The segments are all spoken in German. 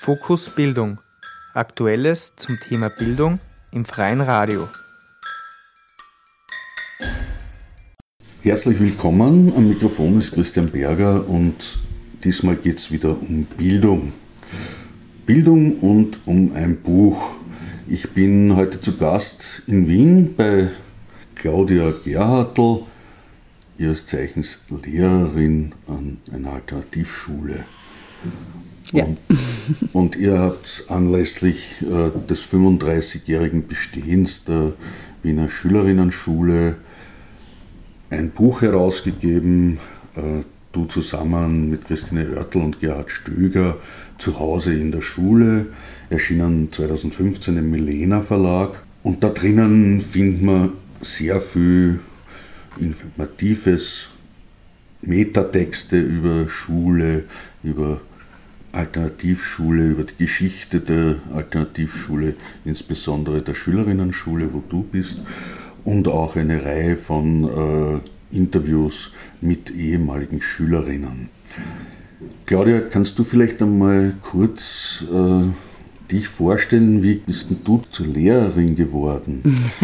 Fokus Bildung. Aktuelles zum Thema Bildung im freien Radio. Herzlich willkommen, am Mikrofon ist Christian Berger und diesmal geht es wieder um Bildung. Bildung und um ein Buch. Ich bin heute zu Gast in Wien bei Claudia Gerhartl, ihres Zeichens Lehrerin an einer Alternativschule. Ja. Und ihr habt anlässlich des 35-jährigen Bestehens der Wiener Schülerinnenschule ein Buch herausgegeben, du zusammen mit Christine Oertl und Gerhard Stöger, zu Hause in der Schule, erschienen 2015 im Milena Verlag. Und da drinnen findet man sehr viel Informatives, Metatexte über Schule, über Alternativschule, über die Geschichte der Alternativschule, insbesondere der Schülerinnenschule, wo du bist, und auch eine Reihe von Interviews mit ehemaligen Schülerinnen. Claudia, kannst du vielleicht einmal kurz dich vorstellen, wie bist denn du zur Lehrerin geworden?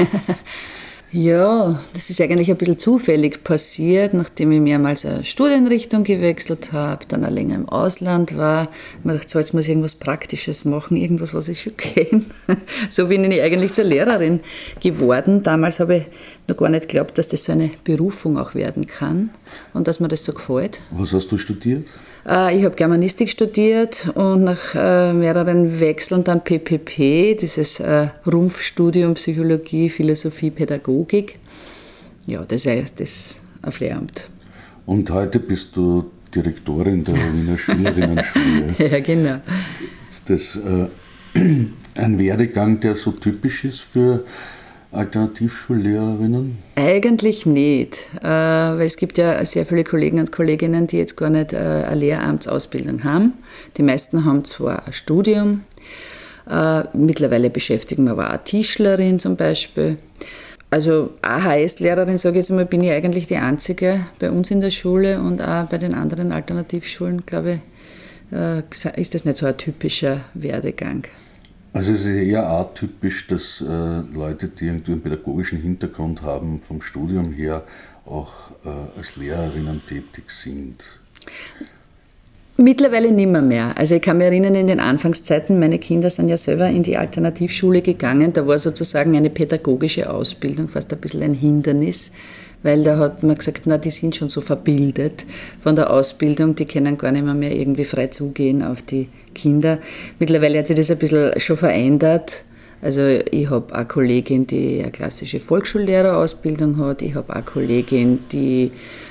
Ja, das ist eigentlich ein bisschen zufällig passiert, nachdem ich mehrmals eine Studienrichtung gewechselt habe, dann auch länger im Ausland war. Ich dachte, so, jetzt muss ich irgendwas Praktisches machen, irgendwas, was ich schon kenne. So bin ich eigentlich zur Lehrerin geworden. Damals habe ich noch gar nicht geglaubt, dass das so eine Berufung auch werden kann und dass mir das so gefällt. Was hast du studiert? Ich habe Germanistik studiert und nach mehreren Wechseln dann PPP, dieses Rumpfstudium Psychologie, Philosophie, Pädagogik. Ja, das heißt das auf Lehramt. Und heute bist du Direktorin der Wiener Schülerinnenschule. Ja, genau. Ist das ein Werdegang, der so typisch ist für Alternativschullehrerinnen? Eigentlich nicht, weil es gibt ja sehr viele Kollegen und Kolleginnen, die jetzt gar nicht eine Lehramtsausbildung haben. Die meisten haben zwar ein Studium, mittlerweile beschäftigen wir aber auch eine Tischlerin zum Beispiel. Also AHS-Lehrerin, sage ich jetzt mal, bin ich eigentlich die Einzige bei uns in der Schule und auch bei den anderen Alternativschulen, glaube ich, ist das nicht so ein typischer Werdegang. Also es ist eher atypisch, dass Leute, die irgendwie einen pädagogischen Hintergrund haben, vom Studium her auch als Lehrerinnen tätig sind. Mittlerweile nimmer mehr. Also ich kann mich erinnern, in den Anfangszeiten, meine Kinder sind ja selber in die Alternativschule gegangen, da war sozusagen eine pädagogische Ausbildung fast ein bisschen ein Hindernis, weil da hat man gesagt, na, die sind schon so verbildet von der Ausbildung, die können gar nicht mehr irgendwie frei zugehen auf die Kinder. Mittlerweile hat sich das ein bisschen schon verändert. Also ich habe eine Kollegin, die eine klassische Volksschullehrerausbildung hat, ich habe eine Kollegin, die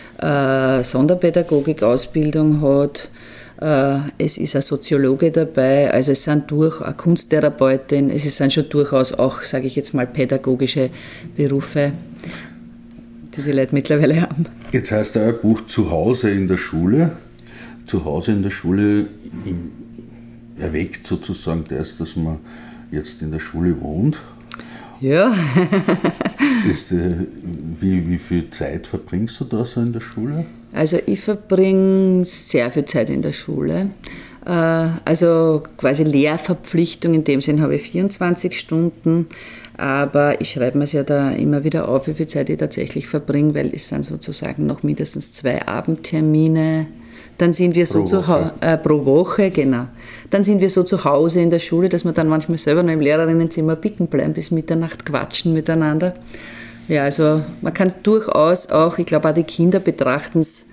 Sonderpädagogik-Ausbildung hat, es ist ein Soziologe dabei, also es sind eine Kunsttherapeutin, es sind schon durchaus auch, sage ich jetzt mal, pädagogische Berufe, die Leute mittlerweile haben. Jetzt heißt euer Buch Zu Hause in der Schule. Zu Hause in der Schule erweckt sozusagen das, dass man jetzt in der Schule wohnt. Ja. Wie viel Zeit verbringst du da so in der Schule? Also ich verbringe sehr viel Zeit in der Schule. Also quasi Lehrverpflichtung, in dem Sinn habe ich 24 Stunden, aber ich schreibe mir es ja da immer wieder auf, wie viel Zeit ich tatsächlich verbringe, weil es sind sozusagen noch mindestens 2 Abendtermine. Dann sind wir so pro Woche, genau. Dann sind wir so zu Hause in der Schule, dass wir dann manchmal selber noch im Lehrerinnenzimmer picken bleiben, bis Mitternacht quatschen miteinander. Ja, also man kann durchaus auch, ich glaube auch die Kinder betrachten es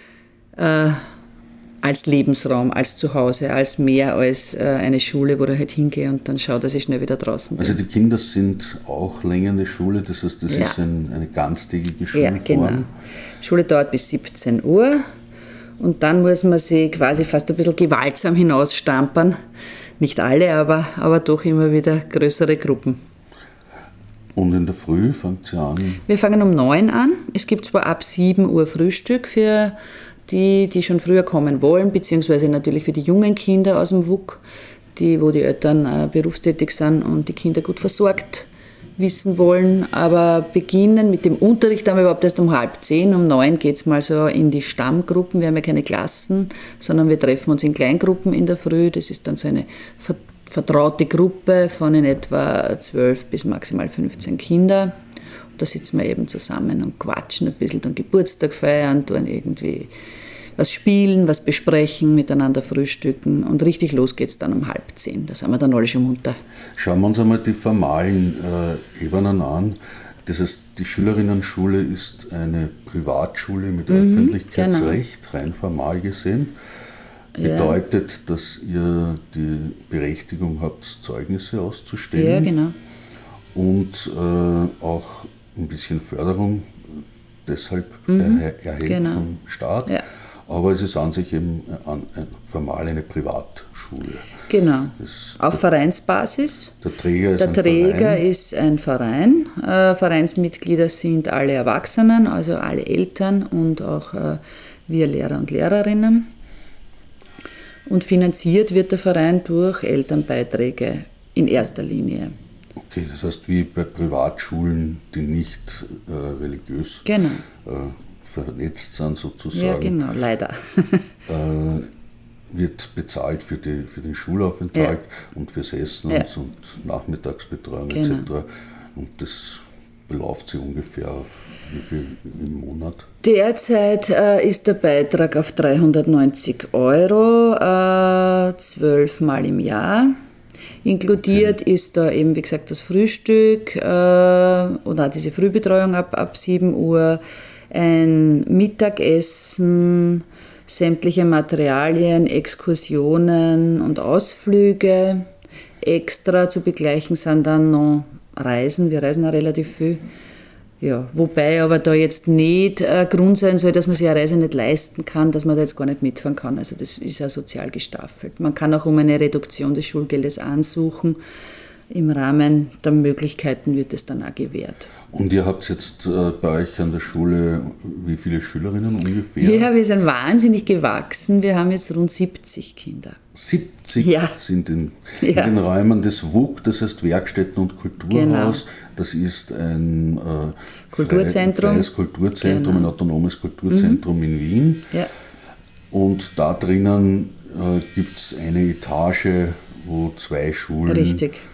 als Lebensraum, als Zuhause, als mehr als eine Schule, wo du halt hingehe und dann schau, dass ich schnell wieder draußen bin. Also die Kinder sind auch länger in der Schule, das heißt, das ist eine ganztägige Schulform? Ja, genau. Schule dauert bis 17 Uhr. Und dann muss man sie quasi fast ein bisschen gewaltsam hinausstampern. Nicht alle, aber doch immer wieder größere Gruppen. Und in der Früh fängt sie an? Wir fangen um 9 an. Es gibt zwar ab 7 Uhr Frühstück für die schon früher kommen wollen, beziehungsweise natürlich für die jungen Kinder aus dem WUK, wo die Eltern berufstätig sind und die Kinder gut versorgt wissen wollen. Aber beginnen mit dem Unterricht haben wir überhaupt erst um 9:30. Um 9 geht es mal so in die Stammgruppen. Wir haben ja keine Klassen, sondern wir treffen uns in Kleingruppen in der Früh. Das ist dann so eine vertraute Gruppe von in etwa 12 bis maximal 15 Kinder. Da sitzen wir eben zusammen und quatschen ein bisschen, dann Geburtstag feiern, dann irgendwie was spielen, was besprechen, miteinander frühstücken und richtig los geht's dann um 9:30. Da sind wir dann alle schon munter. Schauen wir uns einmal die formalen Ebenen an. Das heißt, die Schülerinnenschule ist eine Privatschule mit Öffentlichkeitsrecht, rein formal gesehen. Bedeutet, dass ihr die Berechtigung habt, Zeugnisse auszustellen. Ja, genau. Und auch ein bisschen Förderung deshalb erhält vom Staat. Ja. Aber es ist an sich eben formal eine Privatschule. Genau, auf Vereinsbasis. Der Träger ist ein Verein. Vereinsmitglieder sind alle Erwachsenen, also alle Eltern und auch wir Lehrer und Lehrerinnen. Und finanziert wird der Verein durch Elternbeiträge in erster Linie. Okay, das heißt, wie bei Privatschulen, die nicht religiös vernetzt sind sozusagen. Ja, genau, leider. Wird bezahlt für den Schulaufenthalt und fürs Essen und Nachmittagsbetreuung etc. Und das beläuft sich ungefähr auf wie viel im Monat? Derzeit ist der Beitrag auf 390 €, 12 Mal im Jahr. Inkludiert ist da eben, wie gesagt, das Frühstück oder auch diese Frühbetreuung ab 7 Uhr, ein Mittagessen, sämtliche Materialien, Exkursionen und Ausflüge. Extra zu begleichen sind dann noch Reisen. Wir reisen auch relativ viel. Ja, wobei aber da jetzt nicht Grund sein soll, dass man sich eine Reise nicht leisten kann, dass man da jetzt gar nicht mitfahren kann. Also das ist ja sozial gestaffelt. Man kann auch um eine Reduktion des Schulgeldes ansuchen. Im Rahmen der Möglichkeiten wird es dann auch gewährt. Und ihr habt jetzt bei euch an der Schule wie viele Schülerinnen ungefähr? Ja, wir sind wahnsinnig gewachsen. Wir haben jetzt rund 70 Kinder. 70 sind in den Räumen des WUK, das heißt Werkstätten und Kulturhaus. Genau. Das ist ein freies Kulturzentrum, ein autonomes Kulturzentrum in Wien. Ja. Und da drinnen gibt es eine Etage, wo 2 Schulen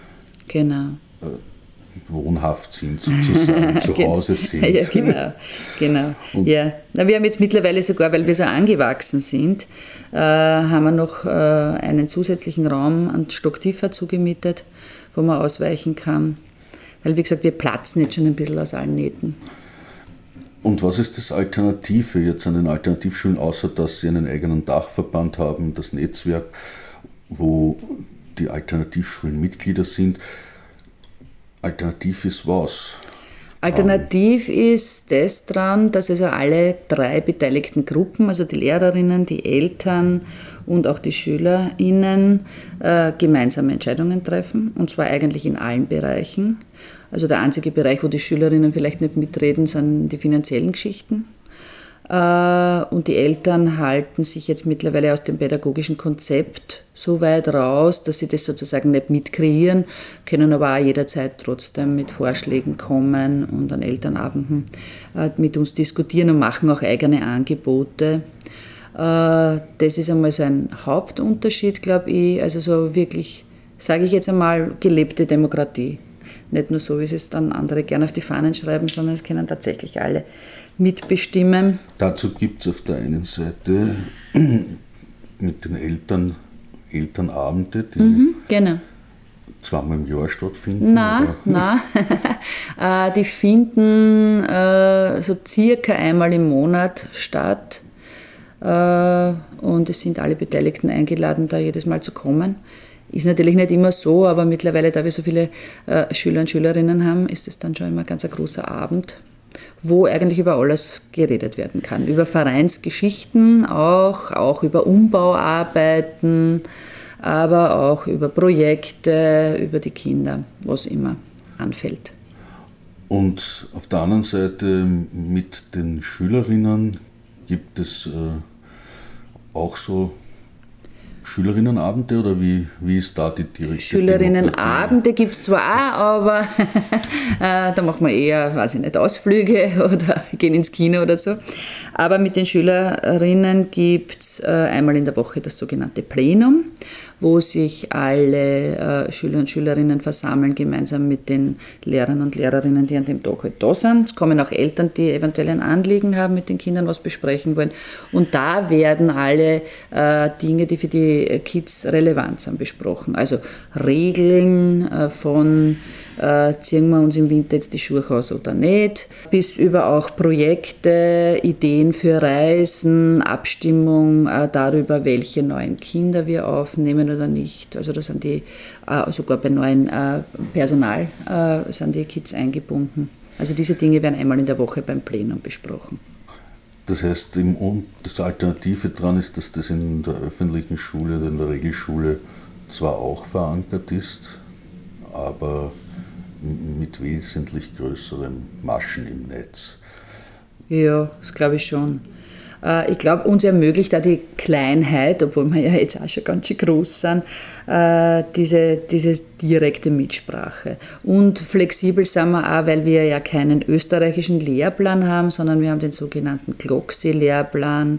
wohnhaft sind, sozusagen, zu Hause sind. Ja, genau. Ja. Na, wir haben jetzt mittlerweile sogar, weil wir so angewachsen sind, haben wir noch einen zusätzlichen Raum an Stocktiefer zugemietet, wo man ausweichen kann. Weil, wie gesagt, wir platzen jetzt schon ein bisschen aus allen Nähten. Und was ist das Alternative jetzt an den Alternativschulen, außer dass sie einen eigenen Dachverband haben, das Netzwerk, wo die Alternativschulen Mitglieder sind? Alternativ ist was? Alternativ ist das dran, dass also alle 3 beteiligten Gruppen, also die Lehrerinnen, die Eltern und auch die SchülerInnen, gemeinsame Entscheidungen treffen, und zwar eigentlich in allen Bereichen. Also der einzige Bereich, wo die Schülerinnen vielleicht nicht mitreden, sind die finanziellen Geschichten. Und die Eltern halten sich jetzt mittlerweile aus dem pädagogischen Konzept so weit raus, dass sie das sozusagen nicht mitkreieren, können aber auch jederzeit trotzdem mit Vorschlägen kommen und an Elternabenden mit uns diskutieren und machen auch eigene Angebote. Das ist einmal so ein Hauptunterschied, glaube ich, also so wirklich, sage ich jetzt einmal, gelebte Demokratie. Nicht nur so, wie es dann andere gerne auf die Fahnen schreiben, sondern es können tatsächlich alle mitbestimmen. Dazu gibt es auf der einen Seite mit den Eltern Elternabende, die zweimal im Jahr stattfinden? Nein. Die finden so circa einmal im Monat statt. Und es sind alle Beteiligten eingeladen, da jedes Mal zu kommen. Ist natürlich nicht immer so, aber mittlerweile, da wir so viele Schüler und Schülerinnen haben, ist es dann schon immer ganz ein großer Abend, wo eigentlich über alles geredet werden kann. Über Vereinsgeschichten auch über Umbauarbeiten, aber auch über Projekte, über die Kinder, was immer anfällt. Und auf der anderen Seite mit den Schülerinnen gibt es auch so Schülerinnenabende oder wie ist da die direkte Schülerinnenabende gibt es zwar auch, aber da machen wir eher, weiß ich nicht, Ausflüge oder gehen ins Kino oder so. Aber mit den Schülerinnen gibt es einmal in der Woche das sogenannte Plenum, wo sich alle Schüler und Schülerinnen versammeln, gemeinsam mit den Lehrern und Lehrerinnen, die an dem Tag halt da sind. Es kommen auch Eltern, die eventuell ein Anliegen haben, mit den Kindern was besprechen wollen. Und da werden alle Dinge, die für die Kids relevant sind, besprochen. Also Regeln von ziehen wir uns im Winter jetzt die Schuhe aus oder nicht, bis über auch Projekte, Ideen für Reisen, Abstimmung darüber, welche neuen Kinder wir aufnehmen oder nicht. Also da sind die sogar bei neuen Personal sind die Kids eingebunden. Also diese Dinge werden einmal in der Woche beim Plenum besprochen. Das heißt, das Alternative daran ist, dass das in der öffentlichen Schule oder in der Regelschule zwar auch verankert ist, aber mit wesentlich größeren Maschen im Netz. Ja, das glaube ich schon. Ich glaube, uns ermöglicht auch die Kleinheit, obwohl wir ja jetzt auch schon ganz schön groß sind, diese direkte Mitsprache. Und flexibel sind wir auch, weil wir ja keinen österreichischen Lehrplan haben, sondern wir haben den sogenannten Glocksee-Lehrplan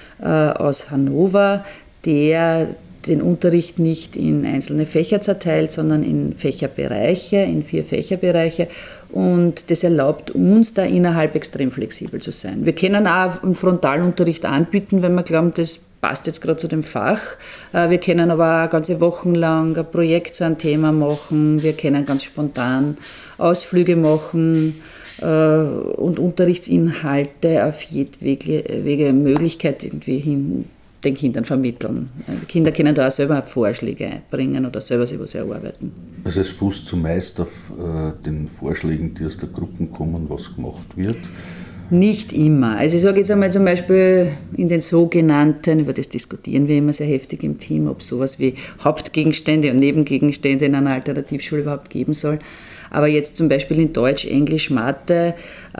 aus Hannover, der den Unterricht nicht in einzelne Fächer zerteilt, sondern in Fächerbereiche, in 4 Fächerbereiche. Und das erlaubt uns, da innerhalb extrem flexibel zu sein. Wir können auch einen Frontalunterricht anbieten, wenn wir glauben, das passt jetzt gerade zu dem Fach. Wir können aber auch ganze Wochen lang ein Projekt zu einem Thema machen. Wir können ganz spontan Ausflüge machen und Unterrichtsinhalte auf jedwege Möglichkeit irgendwie den Kindern vermitteln. Die Kinder können da auch selber Vorschläge bringen oder selber sich was erarbeiten. Also es fußt zumeist auf den Vorschlägen, die aus der Gruppe kommen, was gemacht wird? Nicht immer. Also ich sage jetzt einmal zum Beispiel in den sogenannten, über das diskutieren wir immer sehr heftig im Team, ob es sowas wie Hauptgegenstände und Nebengegenstände in einer Alternativschule überhaupt geben soll. Aber jetzt zum Beispiel in Deutsch, Englisch, Mathe,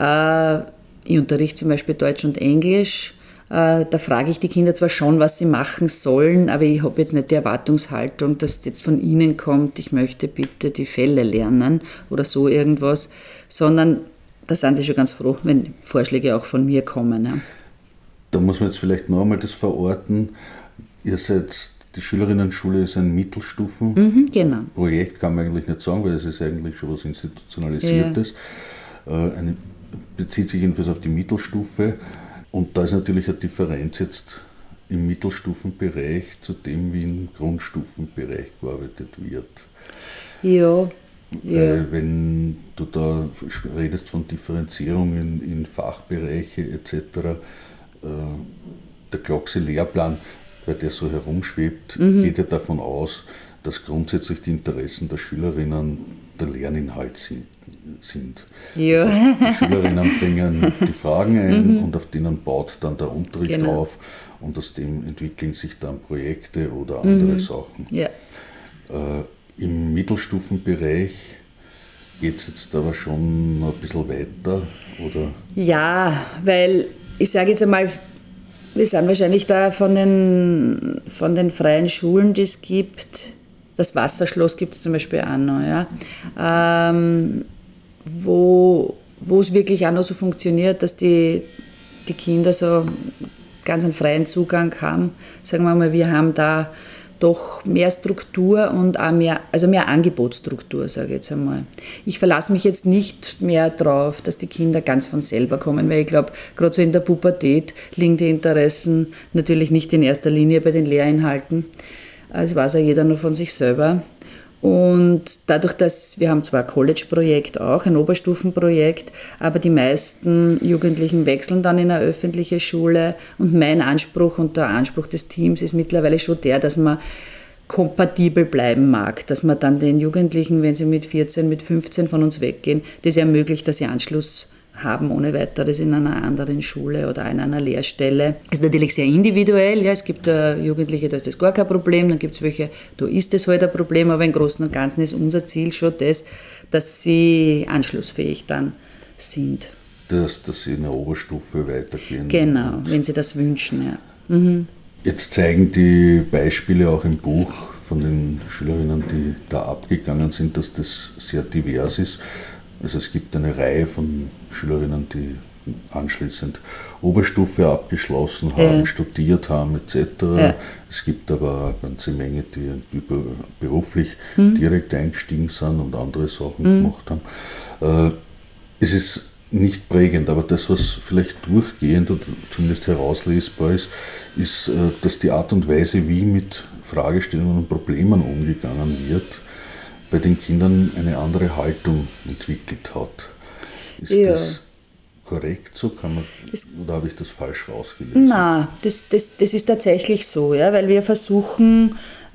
ich unterrichte zum Beispiel Deutsch und Englisch. Da frage ich die Kinder zwar schon, was sie machen sollen, aber ich habe jetzt nicht die Erwartungshaltung, dass jetzt von ihnen kommt, ich möchte bitte die Fälle lernen oder so irgendwas, sondern da sind sie schon ganz froh, wenn Vorschläge auch von mir kommen. Ja. Da muss man jetzt vielleicht noch einmal das verorten. Ihr seid, die Schülerinnenschule ist ein Mittelstufenprojekt, genau. Kann man eigentlich nicht sagen, weil es ist eigentlich schon was Institutionalisiertes. Ja. Bezieht sich jedenfalls auf die Mittelstufe. Und da ist natürlich eine Differenz jetzt im Mittelstufenbereich zu dem, wie im Grundstufenbereich gearbeitet wird. Ja. Wenn du da redest von Differenzierung in Fachbereiche etc., der Glocksee-Lehrplan, weil der so herumschwebt, geht ja davon aus, dass grundsätzlich die Interessen der Schülerinnen der Lerninhalt sind. Ja. Das heißt, die Schülerinnen bringen die Fragen ein und auf denen baut dann der Unterricht auf und aus dem entwickeln sich dann Projekte oder andere Sachen. Ja. Im Mittelstufenbereich geht es jetzt aber schon noch ein bisschen weiter, oder? Ja, weil ich sage jetzt einmal, wir sind wahrscheinlich da von den freien Schulen, die es gibt. Das Wasserschloss gibt es zum Beispiel auch noch, ja. Wo es wirklich auch noch so funktioniert, dass die Kinder so ganz einen freien Zugang haben. Sagen wir mal, wir haben da doch mehr Struktur und auch mehr Angebotsstruktur, sage ich jetzt einmal. Ich verlasse mich jetzt nicht mehr darauf, dass die Kinder ganz von selber kommen, weil ich glaube, gerade so in der Pubertät liegen die Interessen natürlich nicht in erster Linie bei den Lehrinhalten. Das weiß ja jeder nur von sich selber. Und dadurch, dass wir haben zwar ein College-Projekt auch, ein Oberstufenprojekt, aber die meisten Jugendlichen wechseln dann in eine öffentliche Schule. Und mein Anspruch und der Anspruch des Teams ist mittlerweile schon der, dass man kompatibel bleiben mag, dass man dann den Jugendlichen, wenn sie mit 14, mit 15 von uns weggehen, das ermöglicht, dass sie Anschluss haben ohne weiteres in einer anderen Schule oder in einer Lehrstelle. Das ist natürlich sehr individuell. Ja. Es gibt Jugendliche, da ist das gar kein Problem, dann gibt es welche, da ist das halt ein Problem, aber im Großen und Ganzen ist unser Ziel schon das, dass sie anschlussfähig dann sind. Dass sie in der Oberstufe weitergehen. Genau, wenn sie das wünschen. Ja. Jetzt zeigen die Beispiele auch im Buch von den Schülerinnen, die da abgegangen sind, dass das sehr divers ist. Also es gibt eine Reihe von Schülerinnen, die anschließend Oberstufe abgeschlossen haben, studiert haben etc. Ja. Es gibt aber eine ganze Menge, die beruflich direkt eingestiegen sind und andere Sachen gemacht haben. Es ist nicht prägend, aber das, was vielleicht durchgehend oder zumindest herauslesbar ist, ist, dass die Art und Weise, wie mit Fragestellungen und Problemen umgegangen wird, bei den Kindern eine andere Haltung entwickelt hat. Ist das korrekt so? Oder habe ich das falsch rausgelesen? Nein, das ist tatsächlich so, ja, weil wir versuchen,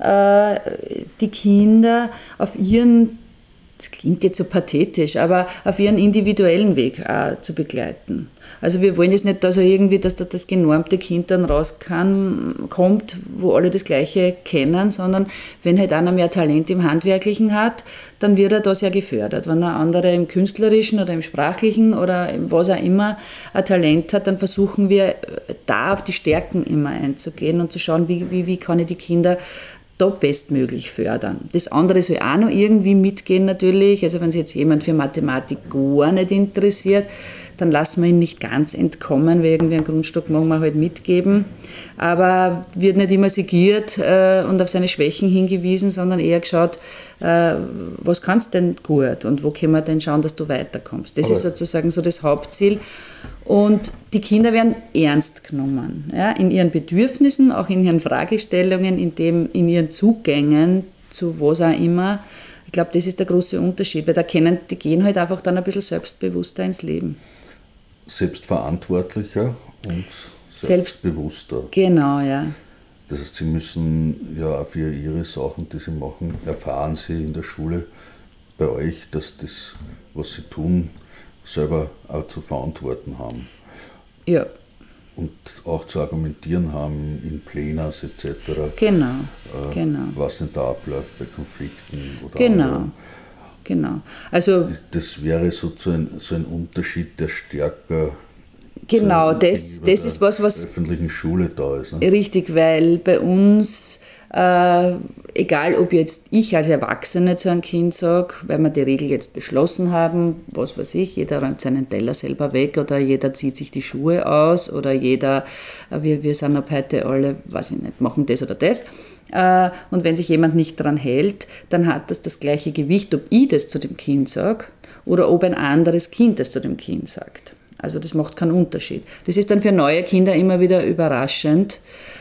die Kinder auf ihren, das klingt jetzt so pathetisch, aber auf ihren individuellen Weg zu begleiten. Also wir wollen jetzt nicht, dass irgendwie, dass da das genormte Kind dann rauskommt, wo alle das Gleiche kennen, sondern wenn halt einer mehr Talent im Handwerklichen hat, dann wird er da sehr gefördert. Wenn der andere im Künstlerischen oder im Sprachlichen oder was auch immer ein Talent hat, dann versuchen wir da auf die Stärken immer einzugehen und zu schauen, wie kann ich die Kinder da bestmöglich fördern. Das andere soll auch noch irgendwie mitgehen natürlich. Also wenn sich jetzt jemand für Mathematik gar nicht interessiert, dann lassen wir ihn nicht ganz entkommen, weil irgendwie einen Grundstock machen wir halt mitgeben. Aber wird nicht immer segiert und auf seine Schwächen hingewiesen, sondern eher geschaut, was kannst du denn gut und wo können wir denn schauen, dass du weiterkommst. Das ist sozusagen so das Hauptziel. Und die Kinder werden ernst genommen, ja, in ihren Bedürfnissen, auch in ihren Fragestellungen, in ihren Zugängen zu was auch immer. Ich glaube, das ist der große Unterschied, weil die gehen halt einfach dann ein bisschen selbstbewusster ins Leben. Selbstverantwortlicher und selbstbewusster. Genau, ja. Das heißt, sie müssen ja für ihre Sachen, die sie machen, erfahren sie in der Schule bei euch, dass das, was sie tun, selber auch zu verantworten haben. Ja. Und auch zu argumentieren haben in Plenas etc. Genau. Was nicht da abläuft bei Konflikten oder Genau. Also, das wäre so ein Unterschied, der stärker genau, das ist was der öffentlichen Schule da ist. Ne? Richtig, weil bei uns, egal ob jetzt ich als Erwachsene zu einem Kind sage, weil wir die Regel jetzt beschlossen haben, was weiß ich, jeder räumt seinen Teller selber weg oder jeder zieht sich die Schuhe aus oder jeder, wir sind ab heute alle, weiß ich nicht, machen das oder das. Und wenn sich jemand nicht daran hält, dann hat das gleiche Gewicht, ob ich das zu dem Kind sage oder ob ein anderes Kind das zu dem Kind sagt. Also das macht keinen Unterschied. Das ist dann für neue Kinder immer wieder überraschend,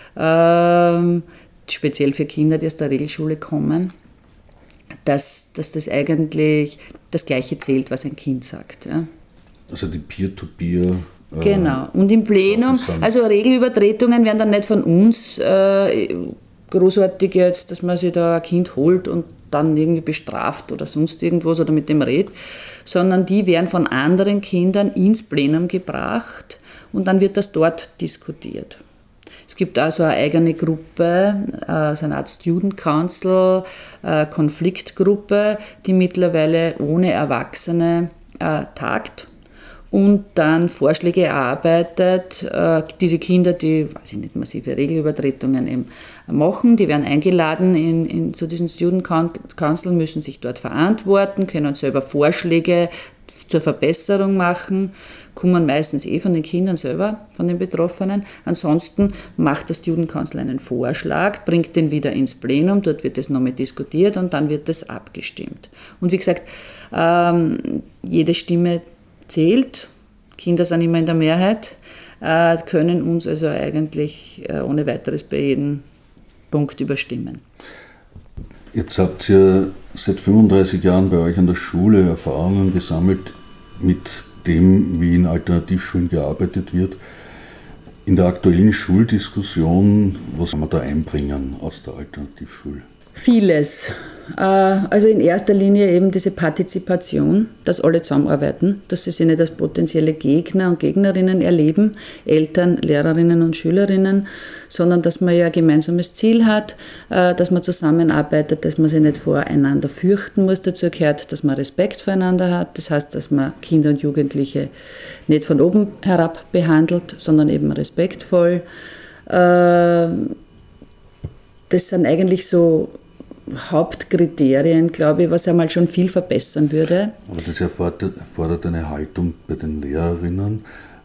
speziell für Kinder, die aus der Regelschule kommen, dass das eigentlich das Gleiche zählt, was ein Kind sagt. Ja. Also die Peer-to-Peer. Genau. Und im Plenum, also Regelübertretungen werden dann nicht von uns großartig jetzt, dass man sich da ein Kind holt und dann irgendwie bestraft oder sonst irgendwas oder mit dem redet, sondern die werden von anderen Kindern ins Plenum gebracht und dann wird das dort diskutiert. Es gibt also eine eigene Gruppe, so eine Art Student Council, Konfliktgruppe, die mittlerweile ohne Erwachsene tagt und dann Vorschläge erarbeitet. Diese Kinder, die, weiß ich nicht, massive Regelübertretungen eben machen, die werden eingeladen zu diesen Student Council, müssen sich dort verantworten, können selber Vorschläge zur Verbesserung machen, kommen meistens von den Kindern selber, von den Betroffenen. Ansonsten macht der Student Council einen Vorschlag, bringt den wieder ins Plenum, dort wird das nochmal diskutiert und dann wird das abgestimmt. Und wie gesagt, jede Stimme zählt, Kinder sind immer in der Mehrheit, können uns also eigentlich ohne weiteres bei jedem Punkt überstimmen. Jetzt habt ihr seit 35 Jahren bei euch an der Schule Erfahrungen gesammelt mit dem, wie in Alternativschulen gearbeitet wird. In der aktuellen Schuldiskussion, was kann man da einbringen aus der Alternativschule? Vieles. Also in erster Linie eben diese Partizipation, dass alle zusammenarbeiten, dass sie sich nicht als potenzielle Gegner und Gegnerinnen erleben, Eltern, Lehrerinnen und Schülerinnen, sondern dass man ja ein gemeinsames Ziel hat, dass man zusammenarbeitet, dass man sich nicht voreinander fürchten muss. Dazu gehört, dass man Respekt voreinander hat. Das heißt, dass man Kinder und Jugendliche nicht von oben herab behandelt, sondern eben respektvoll. das sind eigentlich so Hauptkriterien, glaube ich, was einmal schon viel verbessern würde. Aber das erfordert eine Haltung bei den Lehrerinnen.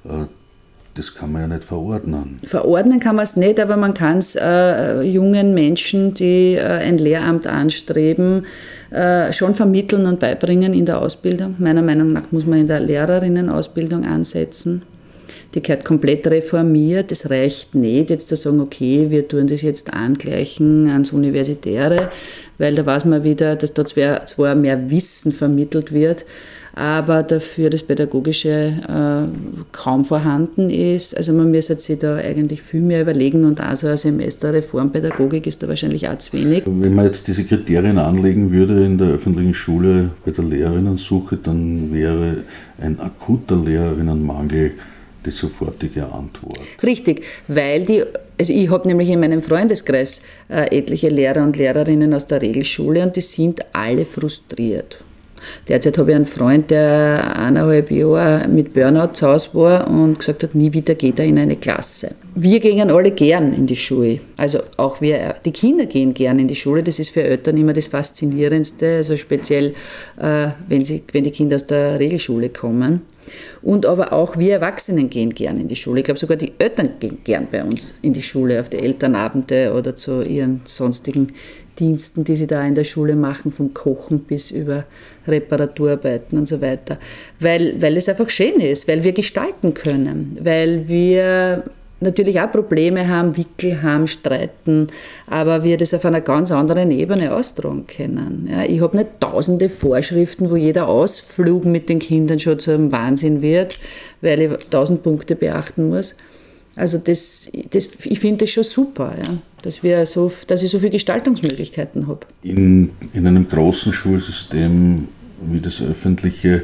Das kann man ja nicht verordnen. Verordnen kann man es nicht, aber man kann es jungen Menschen, die ein Lehramt anstreben, schon vermitteln und beibringen in der Ausbildung. Meiner Meinung nach muss man in der Lehrerinnenausbildung ansetzen. Die gehört komplett reformiert. Es reicht nicht, jetzt zu sagen, okay, wir tun das jetzt angleichen ans Universitäre, weil da weiß man wieder, dass da zwar mehr Wissen vermittelt wird, aber dafür das Pädagogische kaum vorhanden ist. Also man müsste sich da eigentlich viel mehr überlegen und auch so ein Semester Reformpädagogik ist da wahrscheinlich auch zu wenig. Wenn man jetzt diese Kriterien anlegen würde in der öffentlichen Schule bei der Lehrerinnensuche, dann wäre ein akuter Lehrerinnenmangel die sofortige Antwort. Richtig, weil also ich habe nämlich in meinem Freundeskreis etliche Lehrer und Lehrerinnen aus der Regelschule und die sind alle frustriert. Derzeit habe ich einen Freund, der 1,5 Jahre mit Burnout zu Hause war und gesagt hat, nie wieder geht er in eine Klasse. Wir gehen alle gern in die Schule. Also auch die Kinder gehen gern in die Schule. Das ist für Eltern immer das Faszinierendste, also speziell, wenn die Kinder aus der Regelschule kommen. Und aber auch wir Erwachsenen gehen gern in die Schule. Ich glaube, sogar die Eltern gehen gern bei uns in die Schule, auf die Elternabende oder zu ihren sonstigen Diensten, die sie da in der Schule machen, vom Kochen bis über Reparaturarbeiten und so weiter. Weil es einfach schön ist, weil wir gestalten können, weil wir natürlich auch Probleme haben, Wickel haben, streiten, aber wir das auf einer ganz anderen Ebene austragen können. Ja, ich habe nicht tausende Vorschriften, wo jeder Ausflug mit den Kindern schon zum Wahnsinn wird, weil ich 1000 Punkte beachten muss. Also ich finde das schon super, ja, dass ich so viele Gestaltungsmöglichkeiten habe. In einem großen Schulsystem wie das öffentliche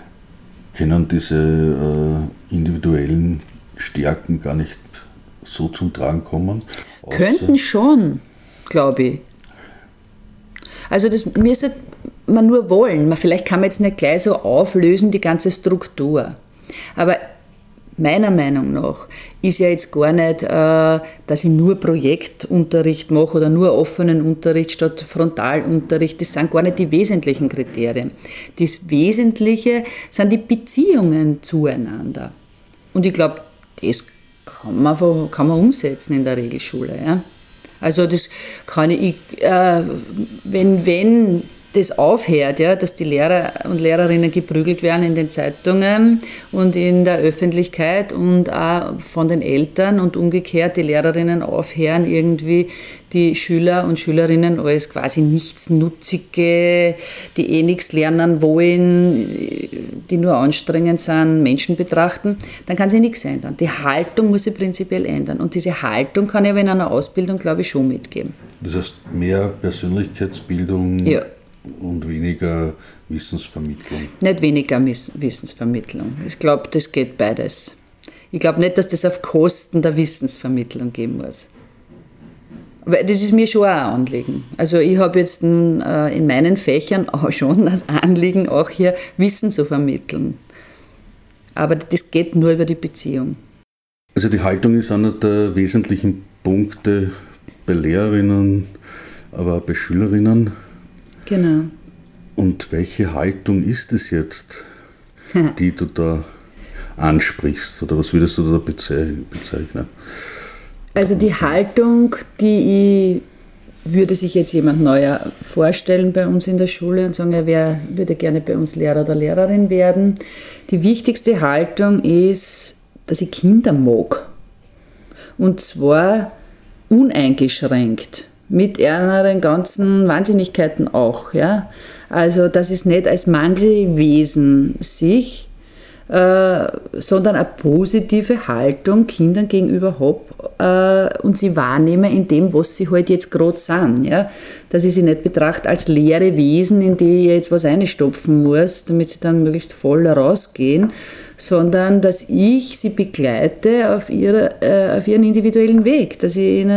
können diese individuellen Stärken gar nicht so zum Tragen kommen. Könnten schon, glaube ich. Also das müsste man nur wollen. Vielleicht kann man jetzt nicht gleich so auflösen, die ganze Struktur. Aber meiner Meinung nach ist ja jetzt gar nicht, dass ich nur Projektunterricht mache oder nur offenen Unterricht statt Frontalunterricht. Das sind gar nicht die wesentlichen Kriterien. Das Wesentliche sind die Beziehungen zueinander. Und ich glaube, das kann man umsetzen in der Regelschule. Ja? Also das kann ich, wenn das aufhört, ja, dass die Lehrer und Lehrerinnen geprügelt werden in den Zeitungen und in der Öffentlichkeit und auch von den Eltern und umgekehrt die Lehrerinnen aufhören, irgendwie die Schüler und Schülerinnen als quasi Nichtsnutzige, die nichts lernen wollen, die nur anstrengend sind, Menschen betrachten, dann kann sich nichts ändern. Die Haltung muss sich prinzipiell ändern und diese Haltung kann ich aber in einer Ausbildung, glaube ich, schon mitgeben. Das heißt, mehr Persönlichkeitsbildung, ja, und weniger Wissensvermittlung? Nicht weniger Wissensvermittlung. Ich glaube, das geht beides. Ich glaube nicht, dass das auf Kosten der Wissensvermittlung gehen muss. Aber das ist mir schon ein Anliegen. Also ich habe jetzt in meinen Fächern auch schon das Anliegen, auch hier Wissen zu vermitteln. Aber das geht nur über die Beziehung. Also die Haltung ist einer der wesentlichen Punkte bei Lehrerinnen, aber auch bei Schülerinnen. Genau. Und welche Haltung ist es jetzt, die du da ansprichst? Oder was würdest du da bezeichnen? Also die Haltung, würde sich jetzt jemand neuer vorstellen bei uns in der Schule und sagen, er würde gerne bei uns Lehrer oder Lehrerin werden. Die wichtigste Haltung ist, dass ich Kinder mag. Und zwar uneingeschränkt. Mit ihren ganzen Wahnsinnigkeiten auch. Ja? Also, dass es nicht als Mangelwesen sich, sondern eine positive Haltung Kindern gegenüber habe und sie wahrnehme in dem, was sie halt jetzt gerade sind. Ja? Dass ich sie nicht betrachte als leere Wesen, in die ich jetzt was einstopfen muss, damit sie dann möglichst voll rausgehen, sondern dass ich sie begleite auf ihren individuellen Weg, dass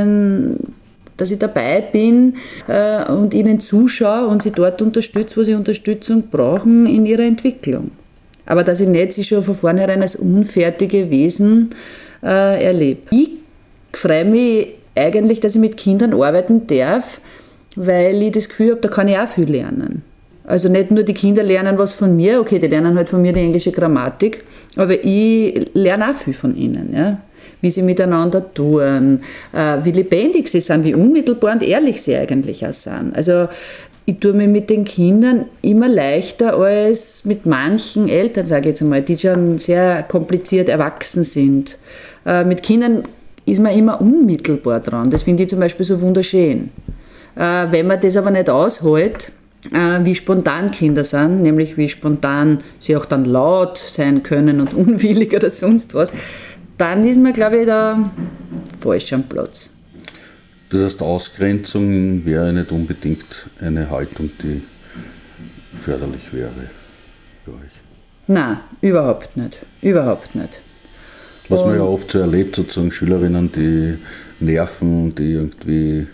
ich dabei bin und ihnen zuschaue und sie dort unterstütze, wo sie Unterstützung brauchen in ihrer Entwicklung. Aber dass ich nicht sie schon von vornherein als unfertige Wesen erlebe. Ich freue mich eigentlich, dass ich mit Kindern arbeiten darf, weil ich das Gefühl habe, da kann ich auch viel lernen. Also nicht nur die Kinder lernen was von mir, okay, die lernen halt von mir die englische Grammatik, aber ich lerne auch viel von ihnen, ja. Wie sie miteinander tun, wie lebendig sie sind, wie unmittelbar und ehrlich sie eigentlich auch sind. Also ich tue mir mit den Kindern immer leichter als mit manchen Eltern, sage ich jetzt einmal, die schon sehr kompliziert erwachsen sind. Mit Kindern ist man immer unmittelbar dran. Das finde ich zum Beispiel so wunderschön. Wenn man das aber nicht aushält, wie spontan Kinder sind, nämlich wie spontan sie auch dann laut sein können und unwillig oder sonst was, dann ist man, glaube ich, da falsch am Platz. Das heißt, Ausgrenzung wäre nicht unbedingt eine Haltung, die förderlich wäre für euch? Nein, überhaupt nicht. Überhaupt nicht. Was man ja oft so erlebt, sozusagen Schülerinnen, die nerven, die irgendwie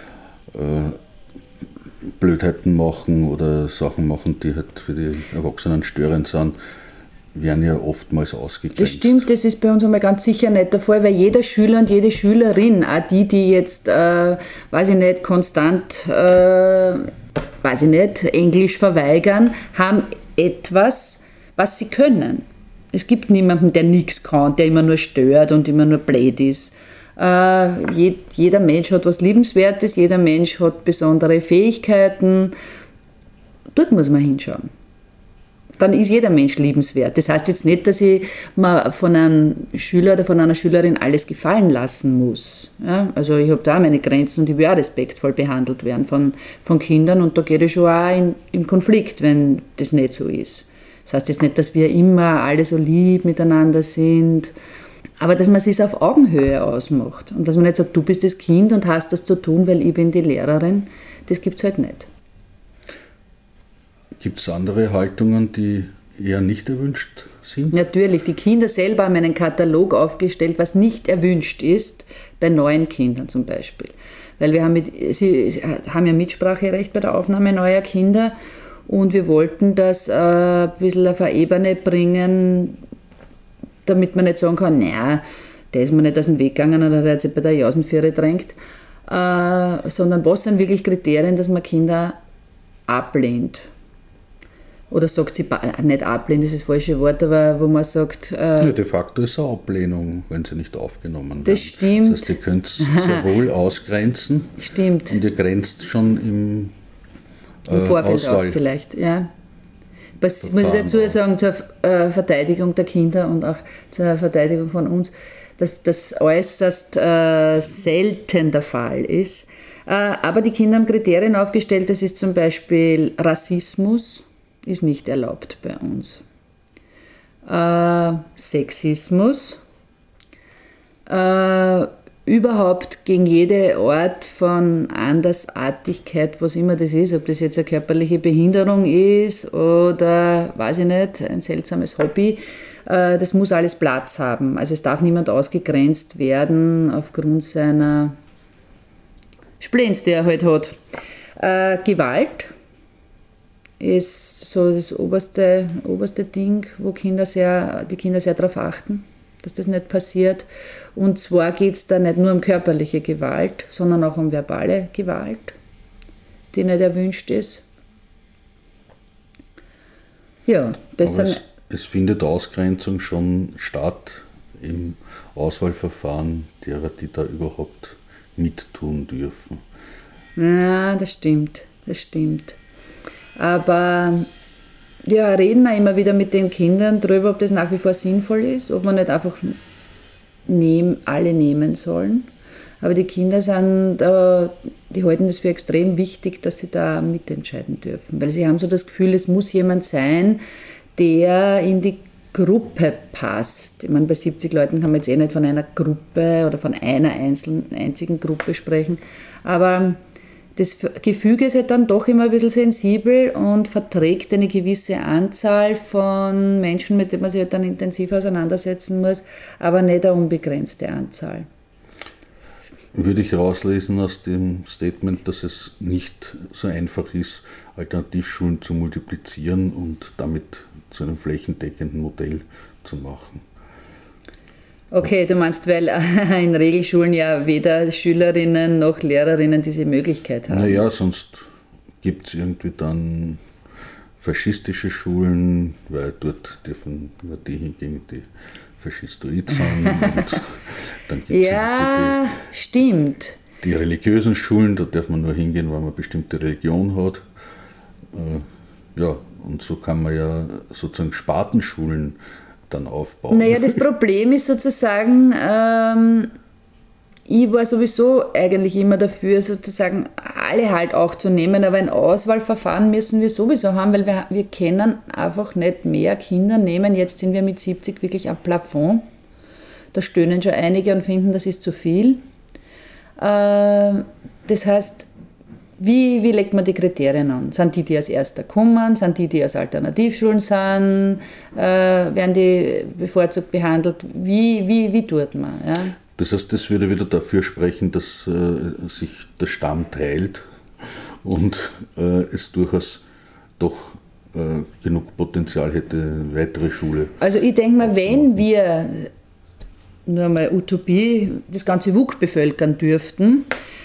Blödheiten machen oder Sachen machen, die halt für die Erwachsenen störend sind, werden ja oftmals ausgegrenzt. Das stimmt, das ist bei uns einmal ganz sicher nicht der Fall, weil jeder Schüler und jede Schülerin, auch die jetzt, weiß ich nicht, konstant, weiß ich nicht, Englisch verweigern, haben etwas, was sie können. Es gibt niemanden, der nichts kann, der immer nur stört und immer nur blöd ist. Jeder Mensch hat was Liebenswertes, jeder Mensch hat besondere Fähigkeiten. Dort muss man hinschauen. Dann ist jeder Mensch liebenswert. Das heißt jetzt nicht, dass ich mir von einem Schüler oder von einer Schülerin alles gefallen lassen muss. Ja? Also ich habe da auch meine Grenzen und ich will auch respektvoll behandelt werden von Kindern und da geht es schon auch in Konflikt, wenn das nicht so ist. Das heißt jetzt nicht, dass wir immer alle so lieb miteinander sind, aber dass man es sich auf Augenhöhe ausmacht und dass man nicht sagt, du bist das Kind und hast das zu tun, weil ich bin die Lehrerin, das gibt es halt nicht. Gibt es andere Haltungen, die eher nicht erwünscht sind? Natürlich, die Kinder selber haben einen Katalog aufgestellt, was nicht erwünscht ist, bei neuen Kindern zum Beispiel. Weil sie haben ja Mitspracherecht bei der Aufnahme neuer Kinder und wir wollten das ein bisschen auf eine Ebene bringen, damit man nicht sagen kann, naja, der ist mir nicht aus dem Weg gegangen oder der hat sich bei der Jausenführe drängt, sondern was sind wirklich Kriterien, dass man Kinder ablehnt. Oder sagt sie, nicht ablehnen, das ist das falsche Wort, aber wo man sagt... Ja, de facto ist es eine Ablehnung, wenn sie nicht aufgenommen werden. Das stimmt. Das heißt, ihr könnt es sehr wohl ausgrenzen. Stimmt. Und ihr grenzt schon im Vorfeld Auswahl aus vielleicht, ja. Was muss ich dazu sagen, zur Verteidigung der Kinder und auch zur Verteidigung von uns, dass das äußerst selten der Fall ist. Aber die Kinder haben Kriterien aufgestellt, das ist zum Beispiel Rassismus, ist nicht erlaubt bei uns. Sexismus, überhaupt gegen jede Art von Andersartigkeit, was immer das ist, ob das jetzt eine körperliche Behinderung ist oder, weiß ich nicht, ein seltsames Hobby, das muss alles Platz haben. Also es darf niemand ausgegrenzt werden aufgrund seiner Splenz, die er halt hat. Gewalt ist so das oberste Ding, wo die Kinder sehr darauf achten, dass das nicht passiert. Und zwar geht es da nicht nur um körperliche Gewalt, sondern auch um verbale Gewalt, die nicht erwünscht ist. Ja, das Aber sind... es findet Ausgrenzung schon statt im Auswahlverfahren derer, die da überhaupt mittun dürfen. Ja, das stimmt. Aber ja, reden wir immer wieder mit den Kindern darüber, ob das nach wie vor sinnvoll ist, ob man nicht einfach alle nehmen sollen. Aber die Kinder die halten das für extrem wichtig, dass sie da mitentscheiden dürfen. Weil sie haben so das Gefühl, es muss jemand sein, der in die Gruppe passt. Ich meine, bei 70 Leuten kann man jetzt nicht von einer Gruppe oder von einer einzigen Gruppe sprechen. Aber das Gefüge ist halt dann doch immer ein bisschen sensibel und verträgt eine gewisse Anzahl von Menschen, mit denen man sich halt dann intensiv auseinandersetzen muss, aber nicht eine unbegrenzte Anzahl. Würde ich rauslesen aus dem Statement, dass es nicht so einfach ist, Alternativschulen zu multiplizieren und damit zu einem flächendeckenden Modell zu machen? Okay, du meinst, weil in Regelschulen ja weder Schülerinnen noch Lehrerinnen diese Möglichkeit haben. Naja, sonst gibt es irgendwie dann faschistische Schulen, weil dort dürfen nur die hingehen, die faschistoid sind. Und dann gibt es Ja, stimmt. die religiösen Schulen, da darf man nur hingehen, wenn man eine bestimmte Religion hat. Ja, und so kann man ja sozusagen Spartenschulen dann aufbauen. Naja, das Problem ist sozusagen, ich war sowieso eigentlich immer dafür, sozusagen alle halt auch zu nehmen, aber ein Auswahlverfahren müssen wir sowieso haben, weil wir können einfach nicht mehr Kinder nehmen. Jetzt sind wir mit 70 wirklich am Plafond. Da stöhnen schon einige und finden, das ist zu viel. Das heißt, wie legt man die Kriterien an? Sind die als Erster kommen? Sind die aus Alternativschulen sind? Werden die bevorzugt behandelt? Wie tut man? Ja? Das heißt, das würde wieder dafür sprechen, dass sich der Stamm teilt und es durchaus doch genug Potenzial hätte, weitere Schule. Also ich denke mal, wenn wir nur mal Utopie das ganze WUK bevölkern dürften,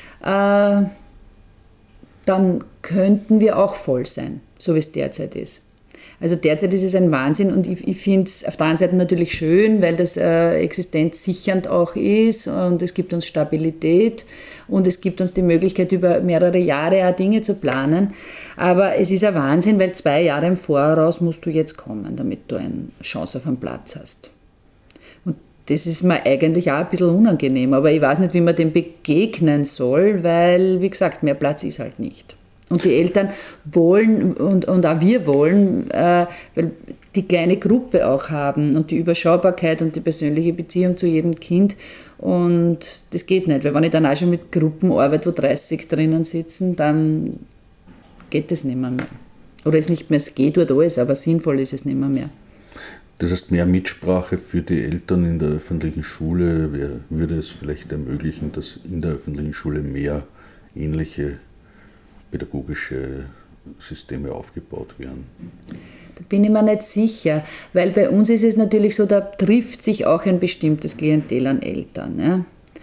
dann könnten wir auch voll sein, so wie es derzeit ist. Also derzeit ist es ein Wahnsinn und ich finde es auf der einen Seite natürlich schön, weil das existenzsichernd auch ist und es gibt uns Stabilität und es gibt uns die Möglichkeit, über mehrere Jahre auch Dinge zu planen. Aber es ist ein Wahnsinn, weil 2 Jahre im Voraus musst du jetzt kommen, damit du eine Chance auf einen Platz hast. Und das ist mir eigentlich auch ein bisschen unangenehm, aber ich weiß nicht, wie man dem begegnen soll, weil, wie gesagt, mehr Platz ist halt nicht. Und die Eltern wollen und auch wir wollen, weil die kleine Gruppe auch haben und die Überschaubarkeit und die persönliche Beziehung zu jedem Kind. Und das geht nicht, weil wenn ich dann auch schon mit Gruppen arbeite, wo 30 drinnen sitzen, dann geht das nicht mehr. Oder es nicht mehr, es geht dort alles, aber sinnvoll ist es nicht mehr. Das heißt, mehr Mitsprache für die Eltern in der öffentlichen Schule würde es vielleicht ermöglichen, dass in der öffentlichen Schule mehr ähnliche pädagogische Systeme aufgebaut werden. Da bin ich mir nicht sicher, weil bei uns ist es natürlich so, da trifft sich auch ein bestimmtes Klientel an Eltern. Ja?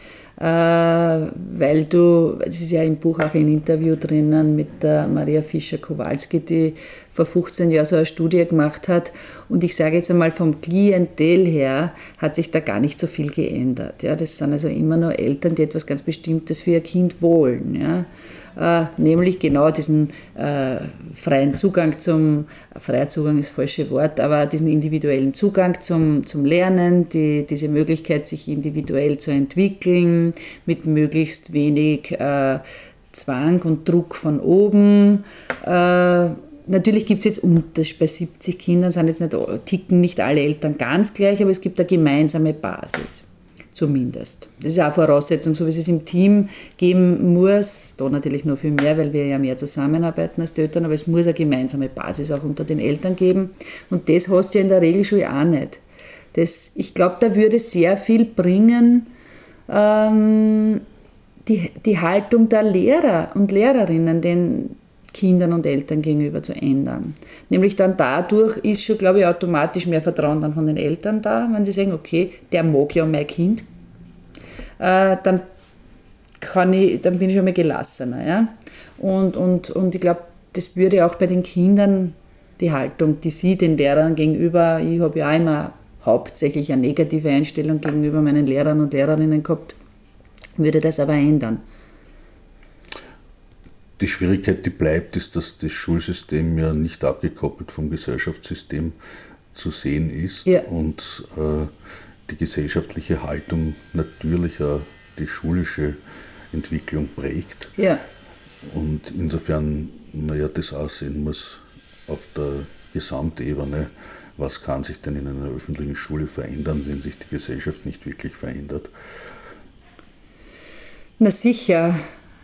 Weil das ist ja im Buch auch ein Interview drinnen mit der Maria Fischer-Kowalski, die vor 15 Jahren so eine Studie gemacht hat. Und ich sage jetzt einmal, vom Klientel her hat sich da gar nicht so viel geändert. Ja? Das sind also immer nur Eltern, die etwas ganz Bestimmtes für ihr Kind wollen. Ja? Nämlich genau diesen freier Zugang ist das falsche Wort, aber diesen individuellen Zugang zum Lernen, diese Möglichkeit, sich individuell zu entwickeln, mit möglichst wenig Zwang und Druck von oben. Natürlich gibt es jetzt bei 70 Kindern ticken nicht alle Eltern ganz gleich, aber es gibt eine gemeinsame Basis. Zumindest. Das ist auch eine Voraussetzung, so wie es im Team geben muss, da natürlich noch viel mehr, weil wir ja mehr zusammenarbeiten als die Eltern, aber es muss eine gemeinsame Basis auch unter den Eltern geben und das hast du ja in der Regelschule auch nicht. Ich glaube, da würde sehr viel bringen, die Haltung der Lehrer und Lehrerinnen den Kindern und Eltern gegenüber zu ändern. Nämlich dann dadurch ist schon, glaube ich, automatisch mehr Vertrauen dann von den Eltern da, wenn sie sagen, okay, der mag ja mein Kind, dann bin ich schon mal gelassener. Ja? Und ich glaube, das würde auch bei den Kindern die Haltung, die sie den Lehrern gegenüber, ich habe ja auch immer hauptsächlich eine negative Einstellung gegenüber meinen Lehrern und Lehrerinnen gehabt, würde das aber ändern. Die Schwierigkeit, die bleibt, ist, dass das Schulsystem ja nicht abgekoppelt vom Gesellschaftssystem zu sehen ist und die gesellschaftliche Haltung natürlich auch die schulische Entwicklung prägt. Ja. Und insofern das aussehen muss auf der Gesamtebene, was kann sich denn in einer öffentlichen Schule verändern, wenn sich die Gesellschaft nicht wirklich verändert. Na sicher.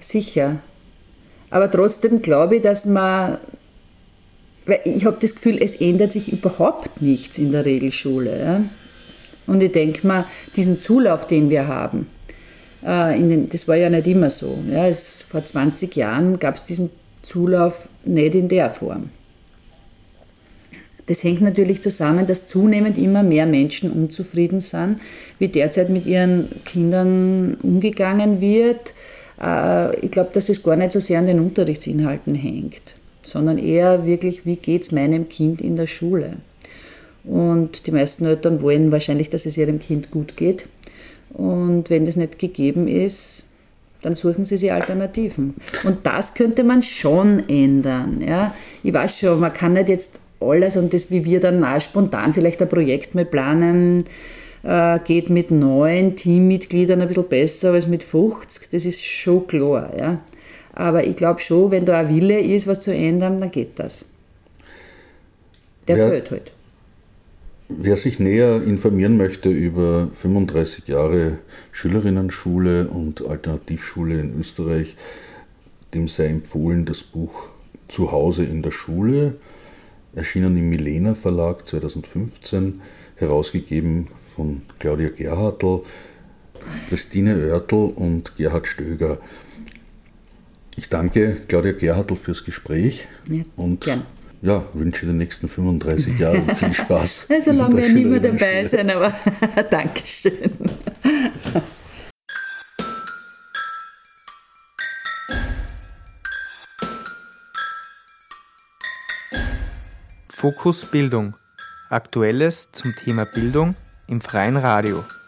Aber trotzdem glaube ich, dass weil ich habe das Gefühl, es ändert sich überhaupt nichts in der Regelschule. Ja? Und ich denke mal, diesen Zulauf, den wir haben, das war ja nicht immer so. Ja? Vor 20 Jahren gab es diesen Zulauf nicht in der Form. Das hängt natürlich zusammen, dass zunehmend immer mehr Menschen unzufrieden sind, wie derzeit mit ihren Kindern umgegangen wird. Ich glaube, dass es gar nicht so sehr an den Unterrichtsinhalten hängt, sondern eher wirklich, wie geht es meinem Kind in der Schule? Und die meisten Eltern wollen wahrscheinlich, dass es ihrem Kind gut geht. Und wenn das nicht gegeben ist, dann suchen sie sich Alternativen. Und das könnte man schon ändern. Ja? Ich weiß schon, man kann nicht jetzt alles und das, wie wir dann auch spontan vielleicht ein Projekt mal planen, geht mit 9 Teammitgliedern ein bisschen besser als mit 50, das ist schon klar. Ja? Aber ich glaube schon, wenn da ein Wille ist, was zu ändern, dann geht das. Der fehlt halt. Wer sich näher informieren möchte über 35 Jahre Schülerinnenschule und Alternativschule in Österreich, dem sei empfohlen das Buch Zuhause in der Schule, erschienen im Milena Verlag 2015, herausgegeben von Claudia Gerhartl, Christine Oertel und Gerhard Stöger. Ich danke Claudia Gerhartl fürs Gespräch und gern. Ja, wünsche den nächsten 35 Jahren viel Spaß. Also lange werde ich nicht mehr dabei sein, aber Dankeschön. Fokus Bildung. Aktuelles zum Thema Bildung im Freien Radio.